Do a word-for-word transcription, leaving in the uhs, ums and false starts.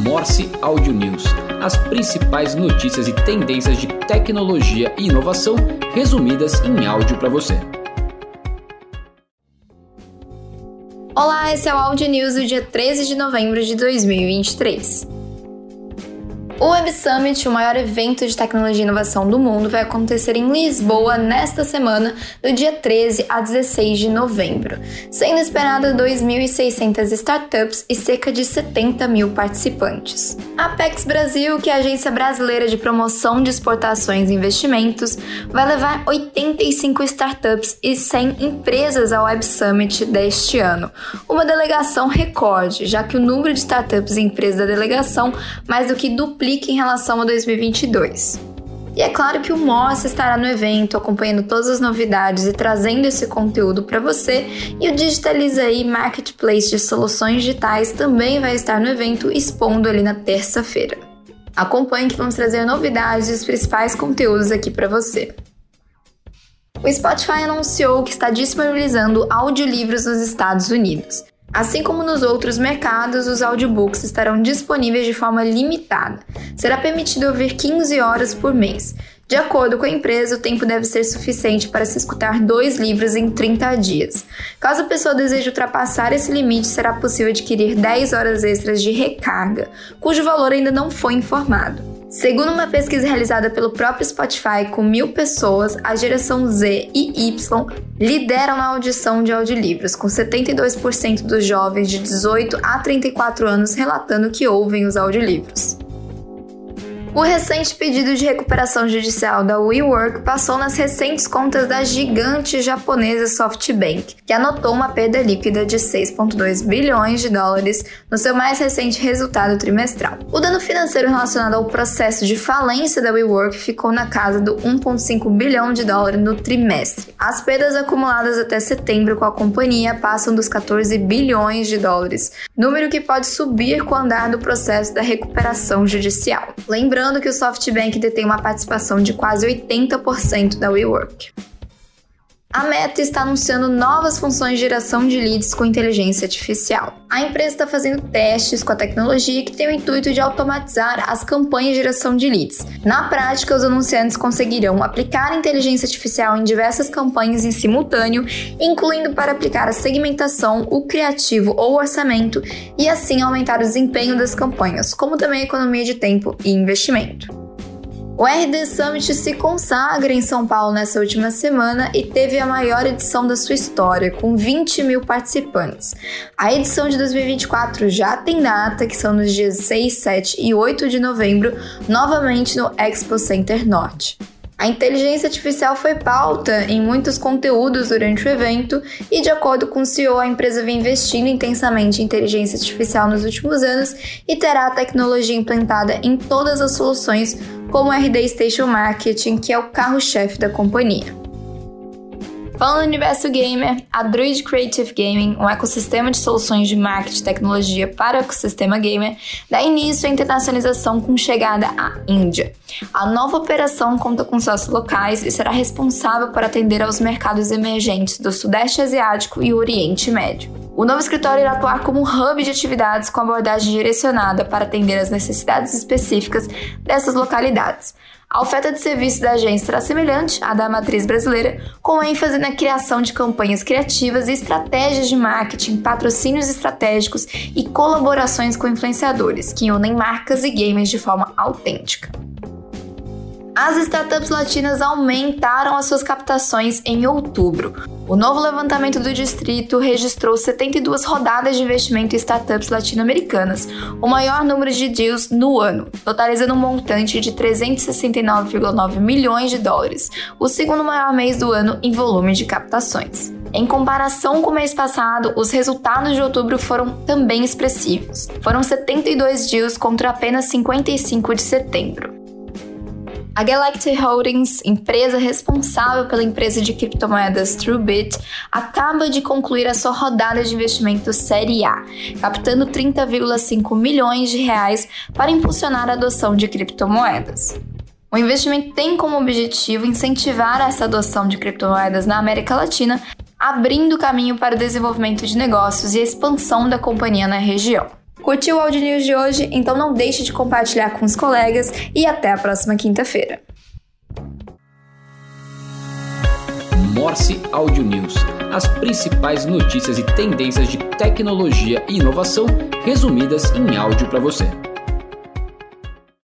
Morse Audio News, as principais notícias e tendências de tecnologia e inovação resumidas em áudio para você. Olá, esse é o Audio News do dia treze de novembro de dois mil e vinte e três. O Web Summit, o maior evento de tecnologia e inovação do mundo, vai acontecer em Lisboa nesta semana, do dia treze a dezesseis de novembro, sendo esperada dois mil e seiscentas startups e cerca de setenta mil participantes. A Apex Brasil, que é a agência brasileira de promoção de exportações e investimentos, vai levar oitenta e cinco startups e cem empresas ao Web Summit deste ano, uma delegação recorde, já que o número de startups e empresas da delegação mais do que duplica em relação a dois mil e vinte e dois. E é claro que o Morse estará no evento, acompanhando todas as novidades e trazendo esse conteúdo para você, e o Digitaliza aí Marketplace de soluções digitais também vai estar no evento, expondo ali na terça-feira. Acompanhe que vamos trazer novidades e os principais conteúdos aqui para você. O Spotify anunciou que está disponibilizando audiolivros nos Estados Unidos. Assim como nos outros mercados, os audiobooks estarão disponíveis de forma limitada. Será permitido ouvir quinze horas por mês. De acordo com a empresa, o tempo deve ser suficiente para se escutar dois livros em trinta dias. Caso a pessoa deseje ultrapassar esse limite, será possível adquirir dez horas extras de recarga, cujo valor ainda não foi informado. Segundo uma pesquisa realizada pelo próprio Spotify com mil pessoas, a geração Z e Y lideram na audição de audiolivros, com setenta e dois por cento dos jovens de dezoito a trinta e quatro anos relatando que ouvem os audiolivros. O recente pedido de recuperação judicial da WeWork passou nas recentes contas da gigante japonesa SoftBank, que anotou uma perda líquida de seis vírgula dois bilhões de dólares no seu mais recente resultado trimestral. O dano financeiro relacionado ao processo de falência da WeWork ficou na casa do um vírgula cinco bilhão de dólares no trimestre. As perdas acumuladas até setembro com a companhia passam dos quatorze bilhões de dólares, número que pode subir com o andar do processo da recuperação judicial. Lembrando Lembrando que o SoftBank detém uma participação de quase oitenta por cento da WeWork. A Meta está anunciando novas funções de geração de leads com inteligência artificial. A empresa está fazendo testes com a tecnologia que tem o intuito de automatizar as campanhas de geração de leads. Na prática, os anunciantes conseguirão aplicar inteligência artificial em diversas campanhas em simultâneo, incluindo para aplicar a segmentação, o criativo ou o orçamento, e assim aumentar o desempenho das campanhas, como também a economia de tempo e investimento. O R D Summit se consagra em São Paulo nessa última semana e teve a maior edição da sua história, com vinte mil participantes. A edição de dois mil e vinte e quatro já tem data, que são nos dias seis, sete e oito de novembro, novamente no Expo Center Norte. A inteligência artificial foi pauta em muitos conteúdos durante o evento e, de acordo com o C E O, a empresa vem investindo intensamente em inteligência artificial nos últimos anos e terá a tecnologia implantada em todas as soluções, como o R D Station Marketing, que é o carro-chefe da companhia. Falando no universo gamer, a Druid Creative Gaming, um ecossistema de soluções de marketing e tecnologia para o ecossistema gamer, dá início à internacionalização com chegada à Índia. A nova operação conta com sócios locais e será responsável por atender aos mercados emergentes do Sudeste Asiático e Oriente Médio. O novo escritório irá atuar como um hub de atividades com abordagem direcionada para atender às necessidades específicas dessas localidades. A oferta de serviços da agência será semelhante à da matriz brasileira, com ênfase na criação de campanhas criativas e estratégias de marketing, patrocínios estratégicos e colaborações com influenciadores, que unem marcas e gamers de forma autêntica. As startups latinas aumentaram as suas captações em outubro. O novo levantamento do Distrito registrou setenta e duas rodadas de investimento em startups latino-americanas, o maior número de deals no ano, totalizando um montante de trezentos e sessenta e nove vírgula nove milhões de dólares, o segundo maior mês do ano em volume de captações. Em comparação com o mês passado, os resultados de outubro foram também expressivos. Foram setenta e dois deals contra apenas cinquenta e cinco de setembro. A Galactic Holdings, empresa responsável pela empresa de criptomoedas TrueBit, acaba de concluir a sua rodada de investimento Série A, captando trinta vírgula cinco milhões de reais para impulsionar a adoção de criptomoedas. O investimento tem como objetivo incentivar essa adoção de criptomoedas na América Latina, abrindo caminho para o desenvolvimento de negócios e a expansão da companhia na região. Curtiu o Audio News de hoje? Então não deixe de compartilhar com os colegas e até a próxima quinta-feira. Morse Audio News, as principais notícias e tendências de tecnologia e inovação resumidas em áudio para você.